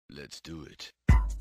Let's do it.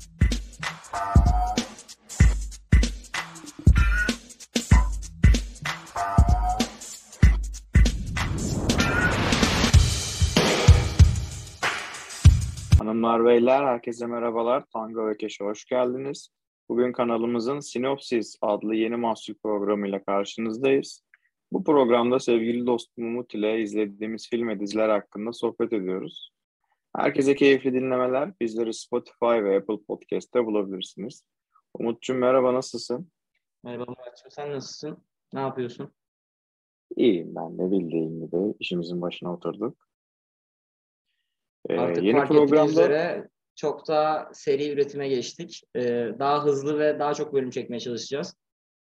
Hanımlar, beyler, herkese merhabalar. Tango ve Keş'e hoş geldiniz. Bugün kanalımızın Sinopsis adlı yeni mahsul programıyla karşınızdayız. Bu programda sevgili dostum Umut ile izlediğimiz film ve diziler hakkında sohbet ediyoruz. Herkese keyifli dinlemeler. Bizleri Spotify ve Apple Podcast'te bulabilirsiniz. Umut'cum merhaba, nasılsın? Merhaba Murat'cığım, sen nasılsın? Ne yapıyorsun? İyiyim ben de, bildiğin gibi işimizin başına oturduk. Artık Yeni fark ettiğiniz programda üzere çok daha seri üretime geçtik. Daha hızlı ve daha çok bölüm çekmeye çalışacağız.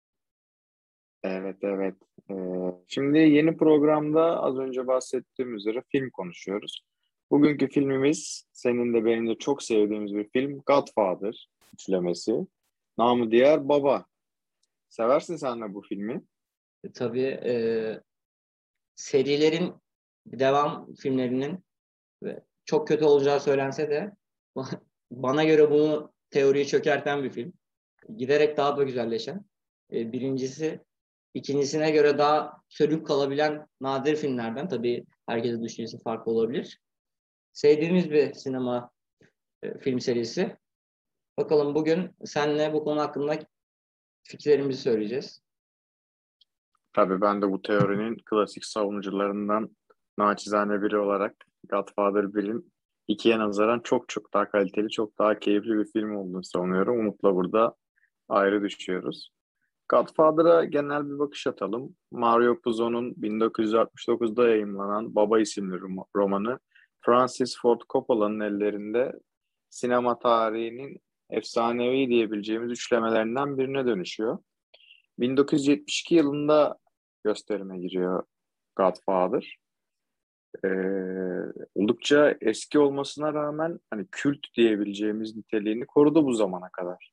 evet. Şimdi yeni programda az önce bahsettiğim üzere film konuşuyoruz. Bugünkü filmimiz senin de benim de çok sevdiğimiz bir film, Godfather üçlemesi. Namı diğer Baba. Seversin sen de bu filmi. Tabii serilerin devam filmlerinin çok kötü olacağı söylense de bana göre bunu teoriyi çökerten bir film. Giderek daha da güzelleşen. Birincisi, ikincisine göre daha sönük kalabilen nadir filmlerden. Tabii herkesin düşüncesi farklı olabilir. Sevdiğimiz bir sinema film serisi. Bakalım bugün seninle bu konu hakkında fikirlerimizi söyleyeceğiz. Tabii ben de bu teorinin klasik savunucularından naçizane biri olarak Godfather 1'in 2'ye nazaran çok daha kaliteli, çok daha keyifli bir film olduğunu savunuyorum. Umut'la burada ayrı düşüyoruz. Godfather'a genel bir bakış atalım. Mario Puzo'nun 1969'da yayımlanan Baba isimli romanı Francis Ford Coppola'nın ellerinde sinema tarihinin efsanevi diyebileceğimiz üçlemelerinden birine dönüşüyor. 1972 yılında gösterime giriyor Godfather. Oldukça eski olmasına rağmen hani kült diyebileceğimiz niteliğini korudu bu zamana kadar.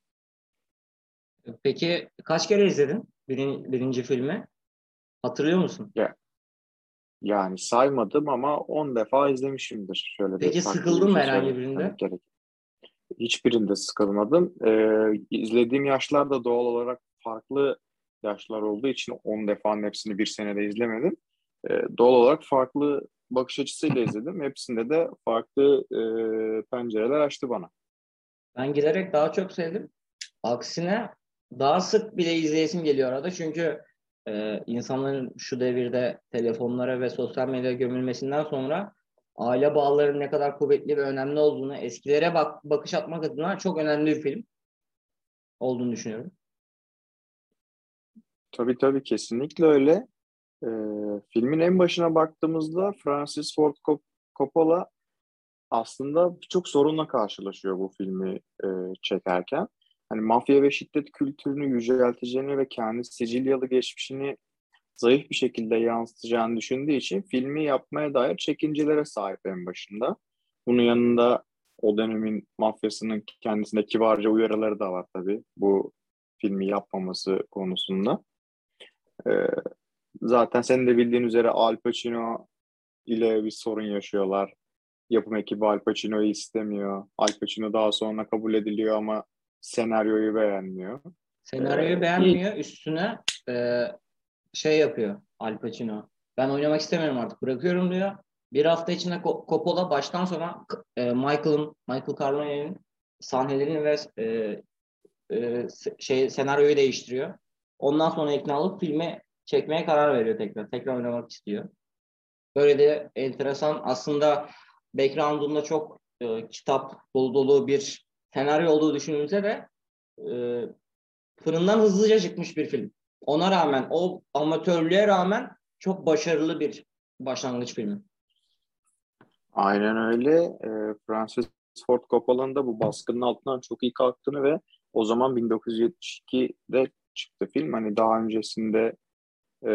Peki kaç kere izledin birinci filmi? Hatırlıyor musun? Yani saymadım ama 10 defa izlemişimdir. Şöyle bir Peki takribi bir sıkıldın mı şey herhangi söylemek birinde? gerek. Hiçbirinde sıkılmadım. İzlediğim yaşlar da doğal olarak farklı yaşlar olduğu için 10 defanın hepsini bir senede izlemedim. Doğal olarak farklı bakış açısıyla izledim. Hepsinde de farklı pencereler açtı bana. Ben giderek daha çok sevdim. Aksine daha sık bile izleyesim geliyor arada. Çünkü insanların şu devirde telefonlara ve sosyal medyaya gömülmesinden sonra aile bağlarının ne kadar kuvvetli ve önemli olduğunu, eskilere bakış atmak adına çok önemli bir film olduğunu düşünüyorum. Tabii kesinlikle öyle. Filmin en başına baktığımızda Francis Ford Coppola aslında birçok sorunla karşılaşıyor bu filmi çekerken. Hani mafya ve şiddet kültürünü yücelteceğini ve kendi Sicilyalı geçmişini zayıf bir şekilde yansıtacağını düşündüğü için filmi yapmaya dair çekincelere sahip en başında. Bunun yanında o dönemin mafyasının kendisine kibarca uyarıları da var tabii bu filmi yapmaması konusunda. E, Zaten senin de bildiğin üzere Al Pacino ile bir sorun yaşıyorlar. Yapım ekibi Al Pacino'yu istemiyor. Al Pacino daha sonra kabul ediliyor ama senaryoyu beğenmiyor. Senaryoyu Bir beğenmiyor, üstüne şey yapıyor Al Pacino. Ben oynamak istemiyorum artık, bırakıyorum diyor. Bir hafta içinde Coppola baştan sona Michael Corleone'nin sahnelerini ve senaryoyu değiştiriyor. Ondan sonra ikna olup filmi çekmeye karar veriyor tekrar. Tekrar oynamak istiyor. Böyle de enteresan, aslında background'unda çok kitap dolu bir senaryo olduğu düşünülse de e, fırından hızlıca çıkmış bir film. Ona rağmen, o amatörlüğe rağmen çok başarılı bir başlangıç filmi. aynen öyle. Francis Ford Coppola'nın da bu baskının altından çok iyi kalktığını ve o zaman 1972'de çıktı film. Hani daha öncesinde e,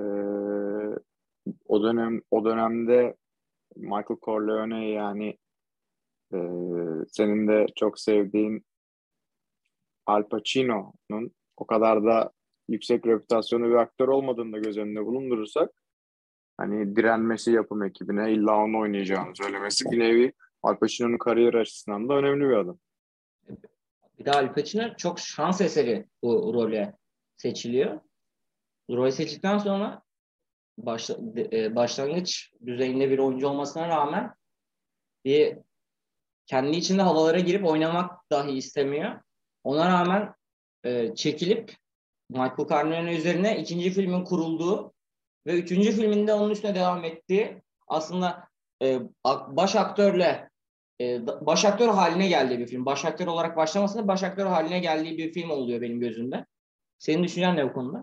o dönemde Michael Corleone yani e, senin de çok sevdiğin Al Pacino'nun o kadar da yüksek reputasyonu bir aktör olmadığını da göz önünde bulundurursak hani direnmesi yapım ekibine illa onu oynayacağını söylemesi bir nevi Al Pacino'nun kariyeri açısından da önemli bir adım. Bir de Al Pacino çok şans eseri bu role seçiliyor. Role seçildikten sonra başlangıç düzeyinde bir oyuncu olmasına rağmen bir kendi içinde havalara girip oynamak dahi istemiyor. Ona rağmen çekilip Michael Corleone üzerine ikinci filmin kurulduğu ve üçüncü filminde onun üstüne devam ettiği aslında baş aktörle baş aktör haline geldiği bir film. Baş aktör olarak başlamasında baş aktör haline geldiği bir film oluyor benim gözümde. Senin düşüncen ne bu konuda?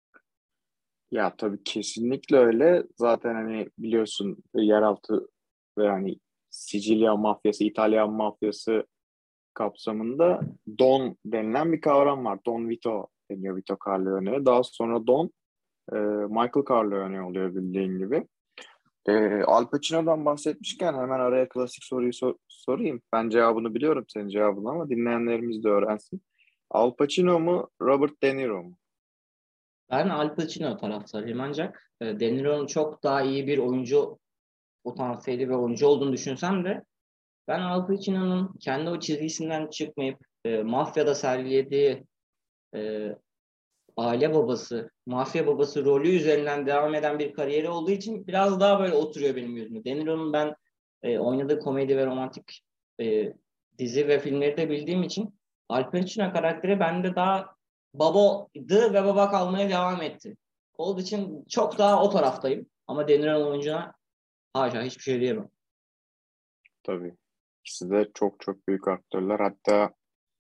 Ya tabii kesinlikle öyle. Zaten hani biliyorsun yeraltı ve hani Sicilya mafyası, İtalyan mafyası kapsamında Don denilen bir kavram var. Don Vito deniyor Vito Corleone. Daha sonra Don Michael Corleone oluyor bildiğin gibi. Al Pacino'dan bahsetmişken hemen araya klasik soruyu sorayım. Ben cevabını biliyorum senin cevabını ama dinleyenlerimiz de öğrensin. Al Pacino mu, Robert De Niro mu? Ben Al Pacino taraftarıyım ancak De Niro'nun çok daha iyi bir oyuncu potansiyeli ve oyuncu olduğunu düşünsem de ben Al Pacino'nun kendi o çizgisinden çıkmayıp mafyada sergilediği e, aile babası, mafya babası rolü üzerinden devam eden bir kariyeri olduğu için biraz daha böyle oturuyor benim gözüme. De Niro'nun ben oynadığı komedi ve romantik e, dizi ve filmleri de bildiğim için Al Pacino karakteri bende daha babaydı ve baba kalmaya devam etti. Olduğu için çok daha o taraftayım. Ama De Niro'nun oyuncuna haşa hiçbir şey diyemem. Tabii. İkisi de çok çok büyük aktörler. Hatta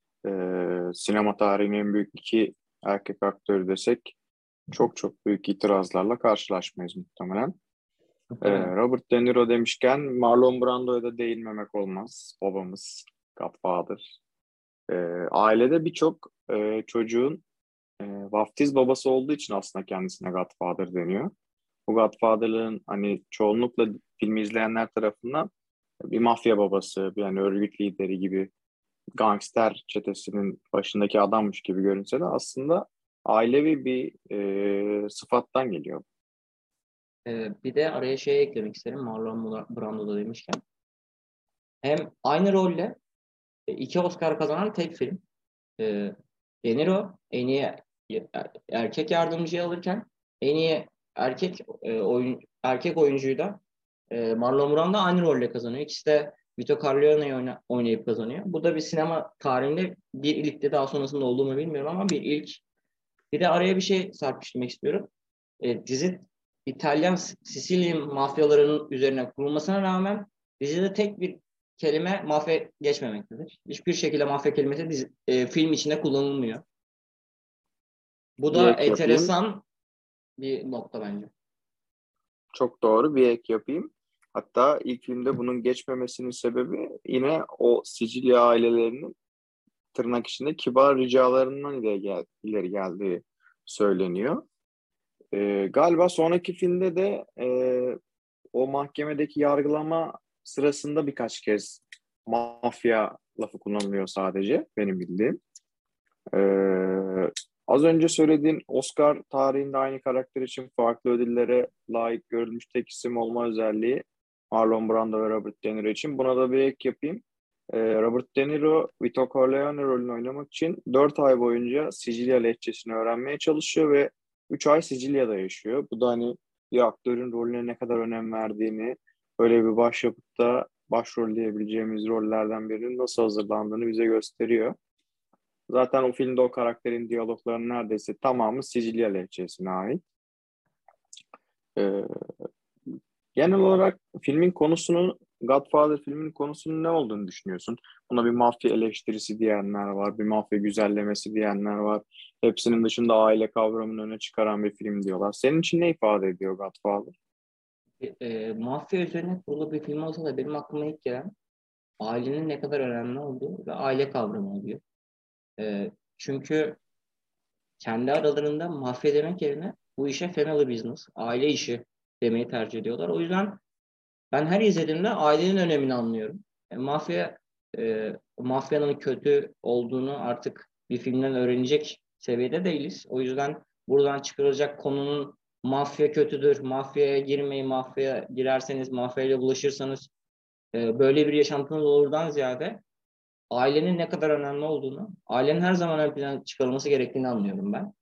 sinema tarihinin en büyük iki erkek aktörü desek çok çok büyük itirazlarla karşılaşmayız muhtemelen. Muhtemelen. Robert De Niro demişken Marlon Brando'ya da değinmemek olmaz. Babamız, Godfather. Ee, Ailede birçok çocuğun vaftiz babası olduğu için aslında kendisine Godfather deniyor. Bu Godfather'lığın hani çoğunlukla filmi izleyenler tarafından bir mafya babası, bir yani örgüt lideri gibi gangster çetesinin başındaki adammış gibi görünse de aslında ailevi bir sıfattan geliyor. Bir de araya şey eklemek isterim Marlon Brando'da demişken. Hem aynı rolle iki Oscar kazanan tek film. E, De Niro en iyi erkek yardımcıyı alırken en iyi erkek oyuncuyu da Marlon Brando aynı rolle kazanıyor. İkisi de Vito Corleone'yi oynayıp kazanıyor. Bu da bir sinema tarihinde bir ilkti. Daha sonrasında oldu mu bilmiyorum ama bir ilk. Bir de araya bir şey serpiştirmek istiyorum. Dizi İtalyan Sicilyan mafyalarının üzerine kurulmasına rağmen dizide tek bir kelime mafya geçmemektedir. Hiçbir şekilde mafya kelimesi film içinde kullanılmıyor. Bu Bir da ek yapayım. enteresan bir nokta bence. Çok doğru bir ek yapayım. Hatta ilk filmde bunun geçmemesinin sebebi yine o Sicilya ailelerinin tırnak içinde kibar ricalarından ileri geldiği söyleniyor. Galiba sonraki filmde de o mahkemedeki yargılama sırasında birkaç kez mafya lafı kullanılıyor sadece benim bildiğim. Az önce söylediğin Oscar tarihinde aynı karakter için farklı ödüllere layık görülmüş tek isim olma özelliği Marlon Brando ve Robert De Niro için. Buna da bir ek yapayım. Robert De Niro, Vito Corleone rolünü oynamak için 4 ay boyunca Sicilya lehçesini öğrenmeye çalışıyor ve 3 ay Sicilya'da yaşıyor. Bu da hani bir aktörün rolüne ne kadar önem verdiğini, böyle bir başyapıtta başrol diyebileceğimiz rollerden birinin nasıl hazırlandığını bize gösteriyor. Zaten o filmde o karakterin diyaloglarının neredeyse tamamı Sicilya lehçesine ait. Ee, Genel olarak Godfather filmin konusunun ne olduğunu düşünüyorsun? Buna bir mafya eleştirisi diyenler var, bir mafya güzellemesi diyenler var. Hepsinin dışında aile kavramını öne çıkaran bir film diyorlar. Senin için ne ifade ediyor Godfather? Mafya üzerine kurulu bir film olsa da benim aklıma ilk gelen ailenin ne kadar önemli olduğu ve aile kavramı oluyor. Çünkü kendi aralarında mafya demek yerine bu işe family business, aile işi demeyi tercih ediyorlar. O yüzden ben her izlediğimde ailenin önemini anlıyorum. Mafyanın kötü olduğunu artık bir filmden öğrenecek seviyede değiliz. O yüzden buradan çıkarılacak konunun mafya kötüdür, mafyaya girmeyin, mafyaya girerseniz, mafyayla bulaşırsanız böyle bir yaşantınız olurdan ziyade ailenin ne kadar önemli olduğunu, ailenin her zaman ön plana çıkarılması gerektiğini anlıyorum ben.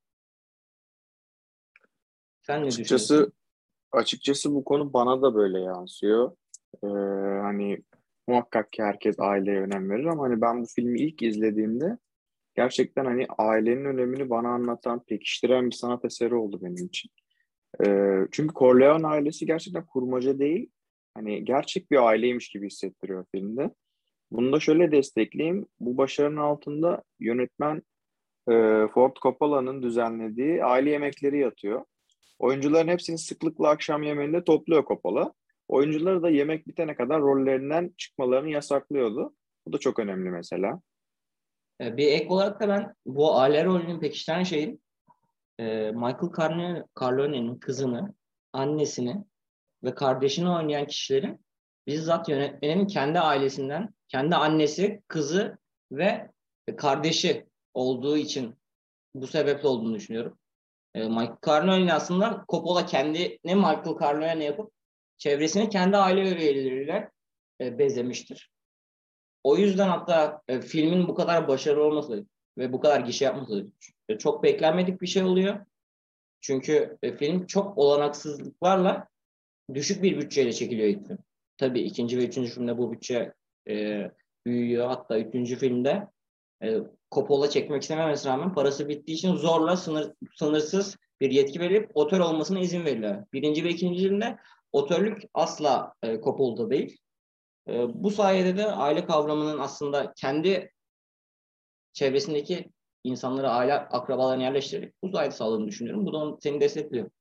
Sen ne Açıkçası düşünüyorsun? açıkçası bu konu bana da böyle yansıyor. Hani muhakkak ki herkes aileye önem verir ama hani ben bu filmi ilk izlediğimde gerçekten hani ailenin önemini bana anlatan, pekiştiren bir sanat eseri oldu benim için. Çünkü Corleone ailesi gerçekten kurmaca değil, hani gerçek bir aileymiş gibi hissettiriyor filmde. Bunu da şöyle destekleyeyim. Bu başarının altında yönetmen Ford Coppola'nın düzenlediği aile yemekleri yatıyor. Oyuncuların hepsini sıklıkla akşam yemeğinde topluyor Coppola. Oyuncuları da yemek bitene kadar rollerinden çıkmalarını yasaklıyordu. Bu da çok önemli mesela. Bir ek olarak da ben bu aile rolünün pekiştiren şeyin Michael Corleone'nin kızını, annesini ve kardeşini oynayan kişilerin bizzat yönetmenin kendi ailesinden, kendi annesi, kızı ve kardeşi olduğu için bu sebeple olduğunu düşünüyorum. Michael Corleone aslında Coppola kendini Michael Corleone yapıp çevresini kendi aile üyeleriyle bezemiştir. O yüzden hatta filmin bu kadar başarılı olması ve bu kadar gişe yapması çok beklenmedik bir şey oluyor. Çünkü film çok olanaksızlıklarla düşük bir bütçeyle çekiliyor ilk film. Tabii ikinci ve üçüncü filmde bu bütçe büyüyor. Hatta üçüncü filmde Coppola çekmek istememesine rağmen parası bittiği için zorla sınırsız bir yetki verip otör olmasına izin veriliyor. Birinci ve ikinci filmde otörlük asla Coppola'da değil. Bu sayede de aile kavramının aslında kendi çevresindeki insanları, aile akrabalarını yerleştirerek bu sayede sağladığını düşünüyorum. Bu da seni destekliyor.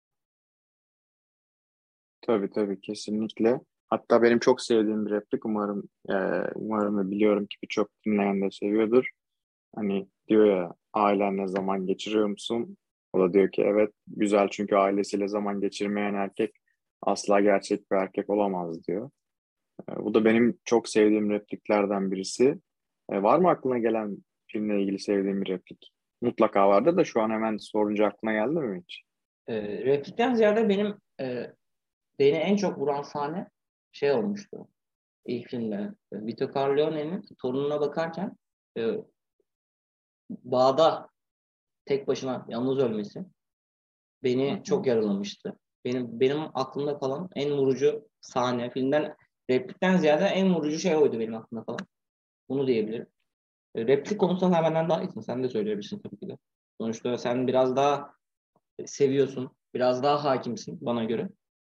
Tabii tabii kesinlikle. Hatta benim çok sevdiğim bir replik umarım ve biliyorum ki birçok dinleyen de seviyordur. Hani diyor ya ailenle zaman geçiriyor musun? O da diyor ki evet güzel çünkü ailesiyle zaman geçirmeyen erkek asla gerçek bir erkek olamaz diyor. Bu da benim çok sevdiğim repliklerden birisi. Var mı aklına gelen filmle ilgili sevdiğin bir replik? Mutlaka vardır da şu an hemen sorunca aklına geldi mi hiç? Replikten ziyade beni en çok vuran sahne şey olmuştu. İlk filmde Vito Corleone'nin torununa bakarken e, bağda tek başına yalnız ölmesi Hı beni çok hı. yaralamıştı. Benim aklımda kalan en vurucu sahne filmden replikten ziyade en vurucu şey oydu benim aklımda kalan. Bunu diyebilirim. Replik konusunda sen benden daha iyisin. Sen de söyleyebilirsin tabii ki de. Sonuçta sen biraz daha seviyorsun. Biraz daha hakimsin bana göre.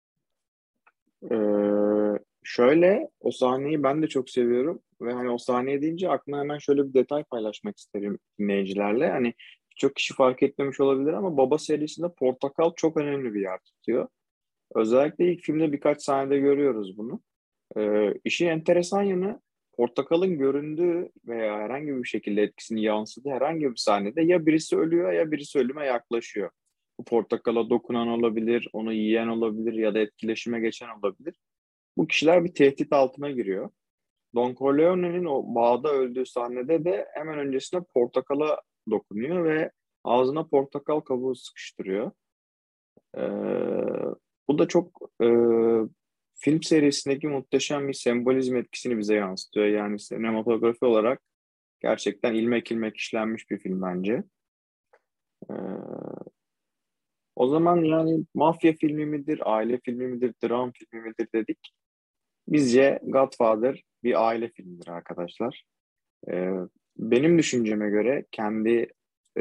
Şöyle o sahneyi ben de çok seviyorum ve hani o sahneyi deyince aklıma hemen şöyle bir detay paylaşmak isterim dinleyicilerle. Hani çok kişi fark etmemiş olabilir ama Baba serisinde portakal çok önemli bir yer tutuyor. Özellikle ilk filmde birkaç sahnede görüyoruz bunu. İşin enteresan yanı portakalın göründüğü veya herhangi bir şekilde etkisini yansıdığı herhangi bir sahnede ya birisi ölüyor ya birisi ölüme yaklaşıyor. Bu portakala dokunan olabilir, onu yiyen olabilir ya da etkileşime geçen olabilir. Bu kişiler bir tehdit altına giriyor. Don Corleone'nin o bağda öldüğü sahnede de hemen öncesinde portakala dokunuyor ve ağzına portakal kabuğu sıkıştırıyor. Ee, Bu da çok film serisindeki muhteşem bir sembolizm etkisini bize yansıtıyor. Yani sinematografi olarak gerçekten ilmek ilmek işlenmiş bir film bence. Ee, O zaman yani mafya filmi midir, aile filmi midir, dram filmi midir dedik. Bizce Godfather bir aile filmidir arkadaşlar. Ee, Benim düşünceme göre e,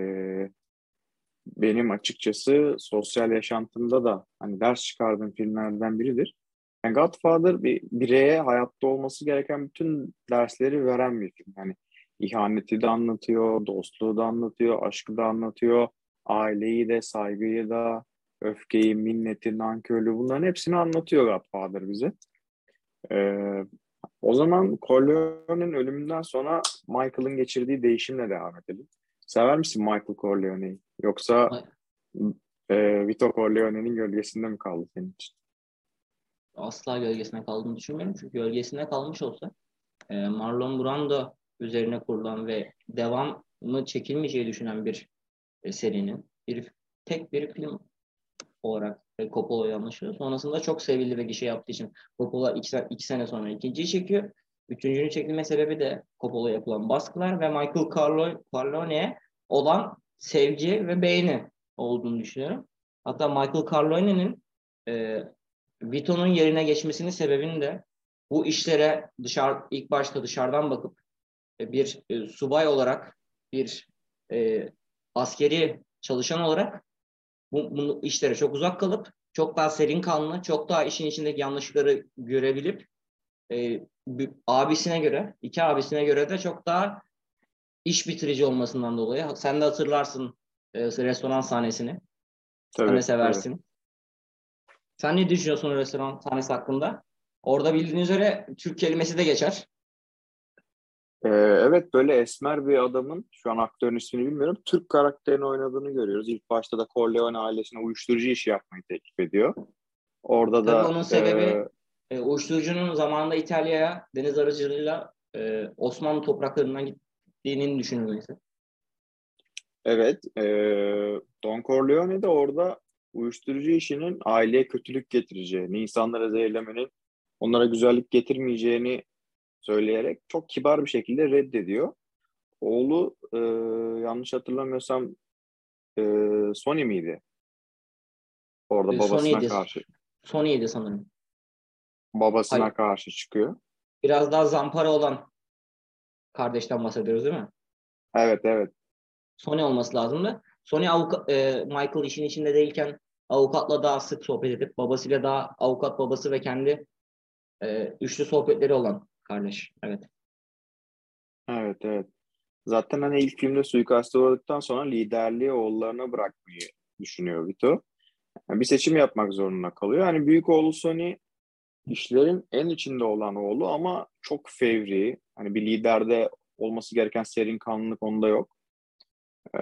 benim açıkçası sosyal yaşantımda da hani ders çıkardığım filmlerden biridir. Yani Godfather bir bireye hayatta olması gereken bütün dersleri veren bir film. Yani ihaneti de anlatıyor, dostluğu da anlatıyor, aşkı da anlatıyor, aileyi de, saygıyı da, öfkeyi, minneti, nankörlüğü bunların hepsini anlatıyor Godfather bize. Ee, O zaman Corleone'nin ölümünden sonra Michael'ın geçirdiği değişimle devam edelim. Sever misin Michael Corleone'yi? Yoksa Vito Corleone'nin gölgesinde mi kaldı senin için? Asla gölgesine kaldığını düşünmüyorum. Çünkü gölgesine kalmış olsa Marlon Brando üzerine kurulan ve devamı çekilmeyeceği düşünen bir serinin tek bir film olarak Coppola'ya anlaşıyor. Sonrasında çok sevildi ve gişe yaptığı için Coppola iki sene sonra ikinciyi çekiyor. Üçüncünün çekilme sebebi de Coppola'ya yapılan baskılar ve Michael Corleone'ye olan sevgi ve beğeni olduğunu düşünüyorum. Hatta Michael Corleone'nin e, Vito'nun yerine geçmesinin sebebini de bu işlere ilk başta dışarıdan bakıp bir subay olarak, bir e, askeri çalışan olarak bu işlere çok uzak kalıp çok daha serin kanlı, çok daha işin içindeki yanlışlıkları görebilip iki abisine göre de çok daha iş bitirici olmasından dolayı. Sen de hatırlarsın restoran sahnesini. Sen de Tabii, tabii. seversin. Sen ne düşünüyorsun o restoran sahnesi hakkında? Orada bildiğiniz üzere Türk kelimesi de geçer. Evet, böyle esmer bir adamın, şu an aktörün ismini bilmiyorum, Türk karakterini oynadığını görüyoruz. İlk başta da Corleone ailesine uyuşturucu işi yapmayı teklif ediyor. Orada Tabii da onun sebebi uyuşturucunun zamanında İtalya'ya deniz aracılığıyla Osmanlı topraklarından gittiğinin düşünülmesi. evet, Don Corleone de orada uyuşturucu işinin aileye kötülük getireceğini, insanlara zehirlemenin onlara güzellik getirmeyeceğini söyleyerek çok kibar bir şekilde reddediyor. Oğlu, yanlış hatırlamıyorsam, e, Sony miydi? Orada babasına Sony'ydi. karşı Sony'ydi sanırım. babasına Hayır. karşı çıkıyor. Biraz daha zampara olan kardeşten bahsediyoruz değil mi? Evet, evet. Sony olması lazımdı. Michael işin içinde değilken avukatla daha sık sohbet edip babasıyla daha avukat babası ve kendi üçlü sohbetleri olan kardeş. Evet. Evet, evet. Zaten hani ilk filmde suikaste uğradıktan sonra liderliği oğullarına bırakmayı düşünüyor Vito. Yani bir seçim yapmak zorunda kalıyor. Hani büyük oğlu Sony işlerin en içinde olan oğlu ama çok fevri. Hani bir liderde olması gereken serin kanlılık onda yok. Ee,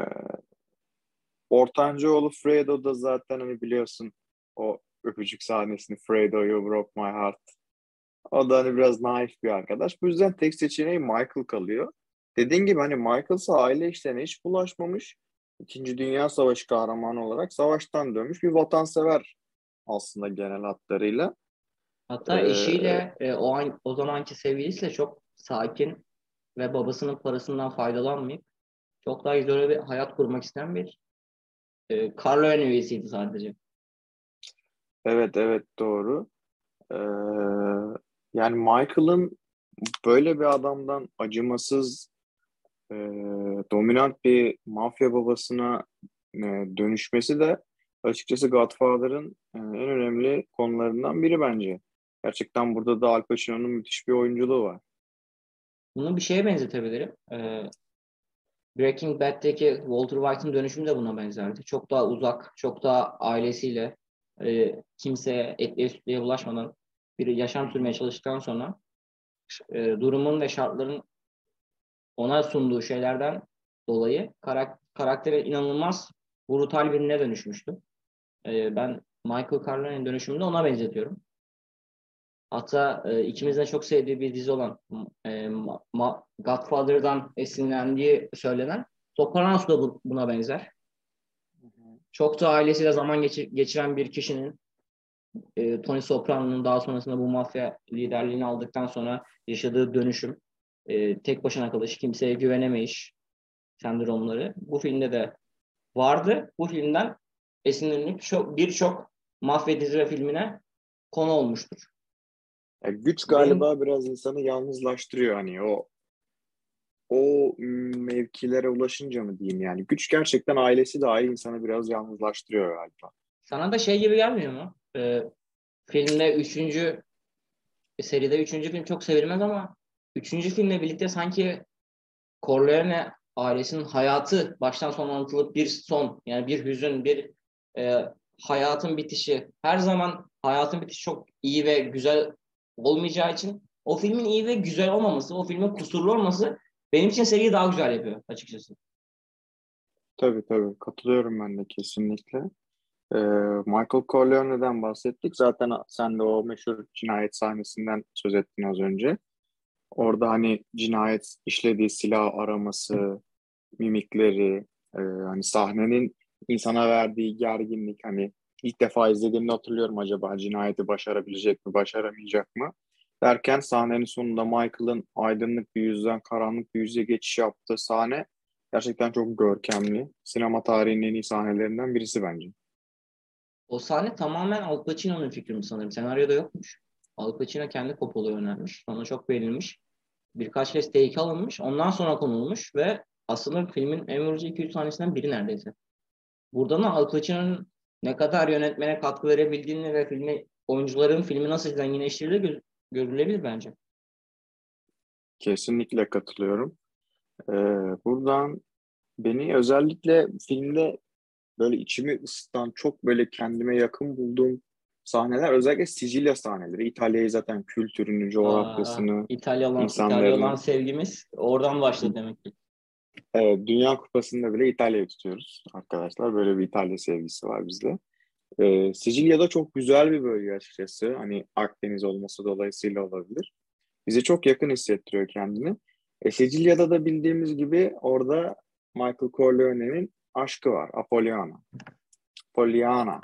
Ortanca oğlu Fredo da zaten hani biliyorsun o öpücük sahnesini, Fredo you broke my heart. O da hani biraz naif bir arkadaş. Bu yüzden tek seçeneği Michael kalıyor. Dediğin gibi hani Michael ise aile işlerine hiç bulaşmamış. İkinci Dünya Savaşı kahramanı olarak savaştan dönmüş bir vatansever aslında genel hatlarıyla. Hatta Ee, eşiyle o zamanki sevgilisiyle çok sakin ve babasının parasından faydalanmayıp çok daha izole bir hayat kurmak isteyen bir Corleone üyesiydi sadece. evet, evet, doğru. Ee, Yani Michael'ın böyle bir adamdan acımasız, e, dominant bir mafya babasına dönüşmesi de açıkçası Godfather'ın en önemli konularından biri bence. Gerçekten burada da Al Pacino'nun müthiş bir oyunculuğu var. Bunu bir şeye benzetebilirim. Breaking Bad'deki Walter White'ın dönüşümü de buna benzerdi. Çok daha uzak, çok daha ailesiyle kimseye etliye sütlüye bulaşmadan bir yaşam sürmeye çalıştıktan sonra durumun ve şartların ona sunduğu şeylerden dolayı karakteri inanılmaz brutal birine dönüşmüştü. Ben Michael Corleone'nin dönüşümünü de ona benzetiyorum. Hatta ikimizin de çok sevdiği bir dizi olan Godfather'dan esinlendiği söylenen Sopranos da buna benzer. Hı hı. Çok da ailesiyle zaman geçiren bir kişinin Tony Soprano'nun daha sonrasında bu mafya liderliğini aldıktan sonra yaşadığı dönüşüm, tek başına kalış, kimseye güvenemeyiş sendromları bu filmde de vardı. Bu filmden esinlenip birçok mafya dizi ve filmine konu olmuştur. Ya güç Benim galiba biraz insanı yalnızlaştırıyor hani o mevkilere ulaşınca mı diyeyim yani. Güç gerçekten ailesi dahil insanı biraz yalnızlaştırıyor galiba. Sana da şey gibi gelmiyor mu? Filmde seride üçüncü film çok sevilmez ama üçüncü filmle birlikte sanki Corleone ailesinin hayatı baştan sona anlatılıp bir son, yani bir hüzün, bir e, hayatın bitişi. Her zaman hayatın bitişi çok iyi ve güzel olmayacağı için o filmin iyi ve güzel olmaması, o filmin kusurlu olması benim için seriyi daha güzel yapıyor açıkçası. Tabii, tabii, katılıyorum ben de kesinlikle. Ee, Michael Corleone'den bahsettik. Zaten sen de o meşhur cinayet sahnesinden söz ettin az önce. Orada hani cinayet işlediği silah araması, mimikleri, hani sahnenin insana verdiği gerginlik, hani İlk defa izlediğimde hatırlıyorum, acaba cinayeti başarabilecek mi, başaramayacak mı? Derken sahnenin sonunda Michael'ın aydınlık bir yüzden karanlık bir yüze geçiş yaptığı sahne gerçekten çok görkemli. Sinema tarihinin en iyi sahnelerinden birisi bence. O sahne tamamen Al Pacino'nun fikri mi sanırım? Senaryoda yokmuş. Al Pacino kendi Coppola'ya önermiş. Sonra çok beğenilmiş. Birkaç kez take alınmış. Ondan sonra konulmuş ve aslında filmin en vurucu 2-3 sahnesinden biri neredeyse. Buradan da Al Pacino'nun ne kadar yönetmene katkı verebildiğini ve oyuncuların filmi nasıl zenginleştirdiği görülebilir bence. Kesinlikle katılıyorum. Ee, Buradan beni özellikle filmde böyle içimi ısıtan, çok böyle kendime yakın bulduğum sahneler özellikle Sicilya sahneleri. İtalya'yı zaten, kültürünü, coğrafyasını, İtalya olan insanlarını. sevgimiz oradan başladı demek ki. Evet, Dünya Kupası'nda bile İtalya'yı tutuyoruz arkadaşlar. Böyle bir İtalya sevgisi var bizde. Sicilya'da çok güzel bir bölge açıkçası. Hani Akdeniz olması dolayısıyla olabilir. Bize çok yakın hissettiriyor kendini. Sicilya'da da bildiğimiz gibi orada Michael Corleone'nin aşkı var. Apollina. Pollyanna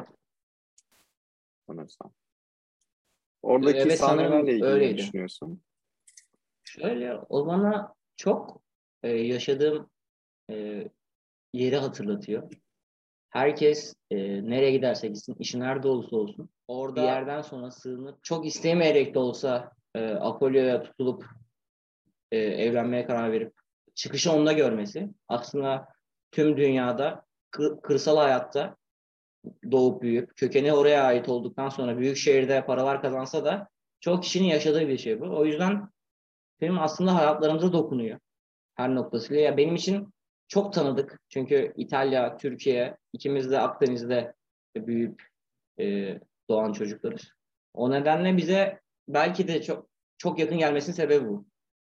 sanırsam. Oradaki Evet, sanırım sahnelerle ilgili ne öyleydi. düşünüyorsun? Şöyle, o bana çok yaşadığım e, yeri hatırlatıyor. Herkes nereye giderse gitsin, işi nerede olursa olsun, orada bir yerden sonra sığınıp, çok istemeyerek de olsa Apollo'ya tutulup evlenmeye karar verip çıkışı onda görmesi. Aslında tüm dünyada, kırsal hayatta doğup büyüyüp, kökeni oraya ait olduktan sonra büyük şehirde paralar kazansa da çok kişinin yaşadığı bir şey bu. O yüzden film aslında hayatlarımıza dokunuyor her noktasıyla. Ya benim için çok tanıdık. Çünkü İtalya, Türkiye, ikimiz de Akdeniz'de büyüyüp doğan çocuklarız. O nedenle bize belki de çok çok yakın gelmesinin sebebi bu.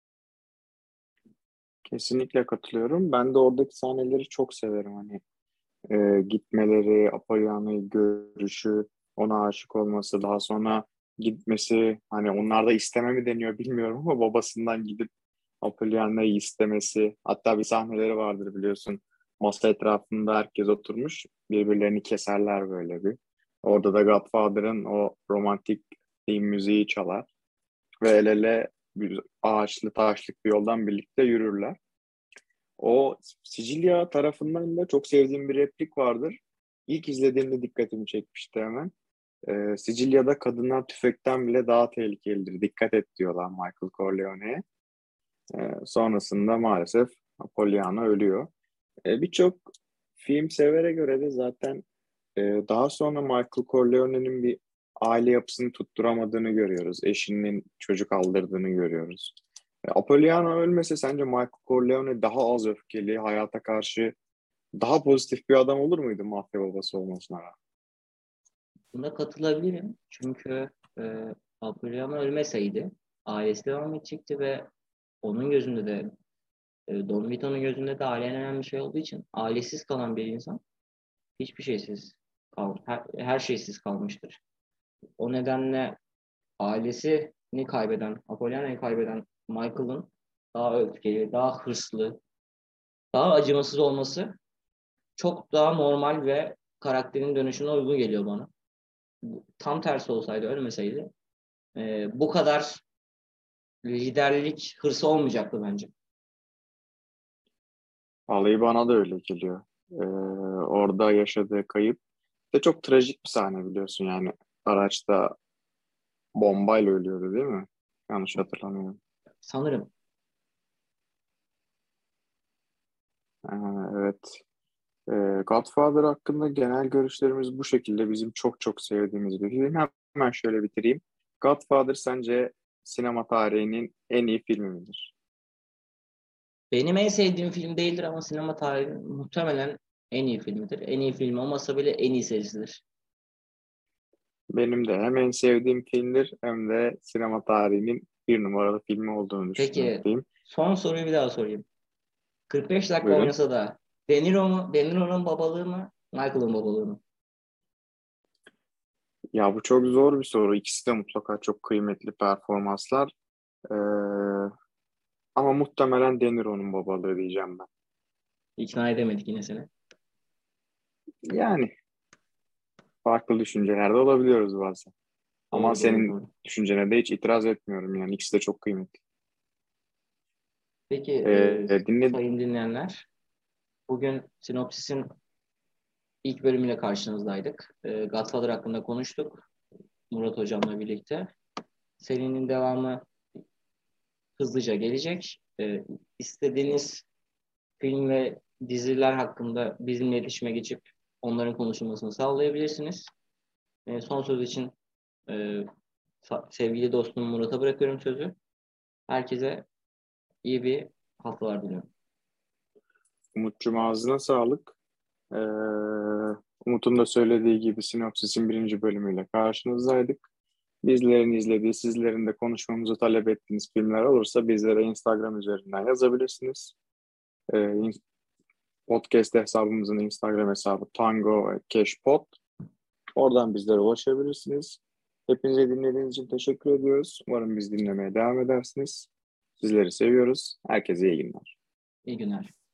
Kesinlikle katılıyorum. Ben de oradaki sahneleri çok severim. Hani gitmeleri, Apollina'yı görüşü, ona aşık olması, daha sonra gitmesi, hani onlarda isteme mi deniyor bilmiyorum ama babasından gidip Apollina'yı istemesi. Hatta bir sahneleri vardır biliyorsun. Masa etrafında herkes oturmuş, birbirlerini keserler böyle bir. Orada da Godfather'ın o romantik theme müziği çalar ve el ele bir ağaçlı taşlık bir yoldan birlikte yürürler. O Sicilya tarafından da çok sevdiğim bir replik vardır. İlk izlediğimde dikkatimi çekmişti hemen. Sicilya'da kadınlar tüfekten bile daha tehlikelidir. Dikkat et diyorlar Michael Corleone'ye. Sonrasında maalesef Pollyanna ölüyor. Birçok film severe göre de zaten daha sonra Michael Corleone'nin bir aile yapısını tutturamadığını görüyoruz. Eşinin çocuk aldırdığını görüyoruz. Apollyon ölmese sence Michael Corleone daha az öfkeli, hayata karşı daha pozitif bir adam olur muydu mafya babası olmasına rağmen? Buna katılabilirim. Çünkü Apollyon ölmeseydi ailesi devam edecekti ve onun gözünde de Don Vito'nun gözünde de aile en önemli şey olduğu için ailesiz kalan bir insan hiçbir şeysiz her şeysiz kalmıştır. O nedenle ailesini kaybeden, Apollona'yı kaybeden Michael'ın daha öfkeli, daha hırslı, daha acımasız olması çok daha normal ve karakterin dönüşüne uygun geliyor bana. Tam tersi olsaydı, ölmeseydi bu kadar liderlik hırsı olmayacaktı bence. Vallahi bana da öyle geliyor. Orada yaşadığı kayıp de çok trajik bir sahne biliyorsun yani. Araçta bombayla ölüyordu değil mi? Yanlış hatırlamıyorum. Sanırım. Ee, evet. Godfather hakkında genel görüşlerimiz bu şekilde. Bizim çok çok sevdiğimiz bir film. Hemen şöyle bitireyim. Godfather sence sinema tarihinin en iyi filmi midir? Benim en sevdiğim film değildir ama sinema tarihinin muhtemelen en iyi filmidir. En iyi film olmasa bile en iyi serisidir. Benim de hem en sevdiğim filmdir hem de sinema tarihinin bir numaralı filmi olduğunu Peki, düşünmekteyim. son soruyu bir daha sorayım. 45 dakika Buyurun. oynasa da De Niro mu? De Niro'nun babalığı mı? Michael'ın babalığı mı? Ya bu çok zor bir soru. İkisi de mutlaka çok kıymetli performanslar. Ee, Ama muhtemelen De Niro'nun babalığı diyeceğim ben. İkna edemedik yine seni. Yani farklı düşüncelerde olabiliyoruz bazen. Ama Doğru, senin doğru. düşüncene de hiç itiraz etmiyorum yani. İkisi de çok kıymetli. Peki Dinle sayın dinleyenler, bugün Sinopsis'in ilk bölümüyle karşınızdaydık. Godfather hakkında konuştuk Murat Hocam'la birlikte. Serinin devamı hızlıca gelecek. İstediğiniz film ve diziler hakkında bizimle iletişime geçip onların konuşulmasını sağlayabilirsiniz. Son söz için e, sevgili dostum Murat'a bırakıyorum sözü. Herkese iyi bir haftalar diliyorum. Umut'cum, ağzına sağlık. Ee, Umut'un da söylediği gibi Sinopsis'in birinci bölümüyle karşınızdaydık. Bizlerin izlediği, sizlerin de konuşmamızı talep ettiğiniz filmler olursa bizlere Instagram üzerinden yazabilirsiniz. Ee, Podcast hesabımızın Instagram hesabı Tango Cashpot. Oradan bizlere ulaşabilirsiniz. Hepinize dinlediğiniz için teşekkür ediyoruz. Umarım biz dinlemeye devam edersiniz. Sizleri seviyoruz. Herkese iyi günler. İyi günler.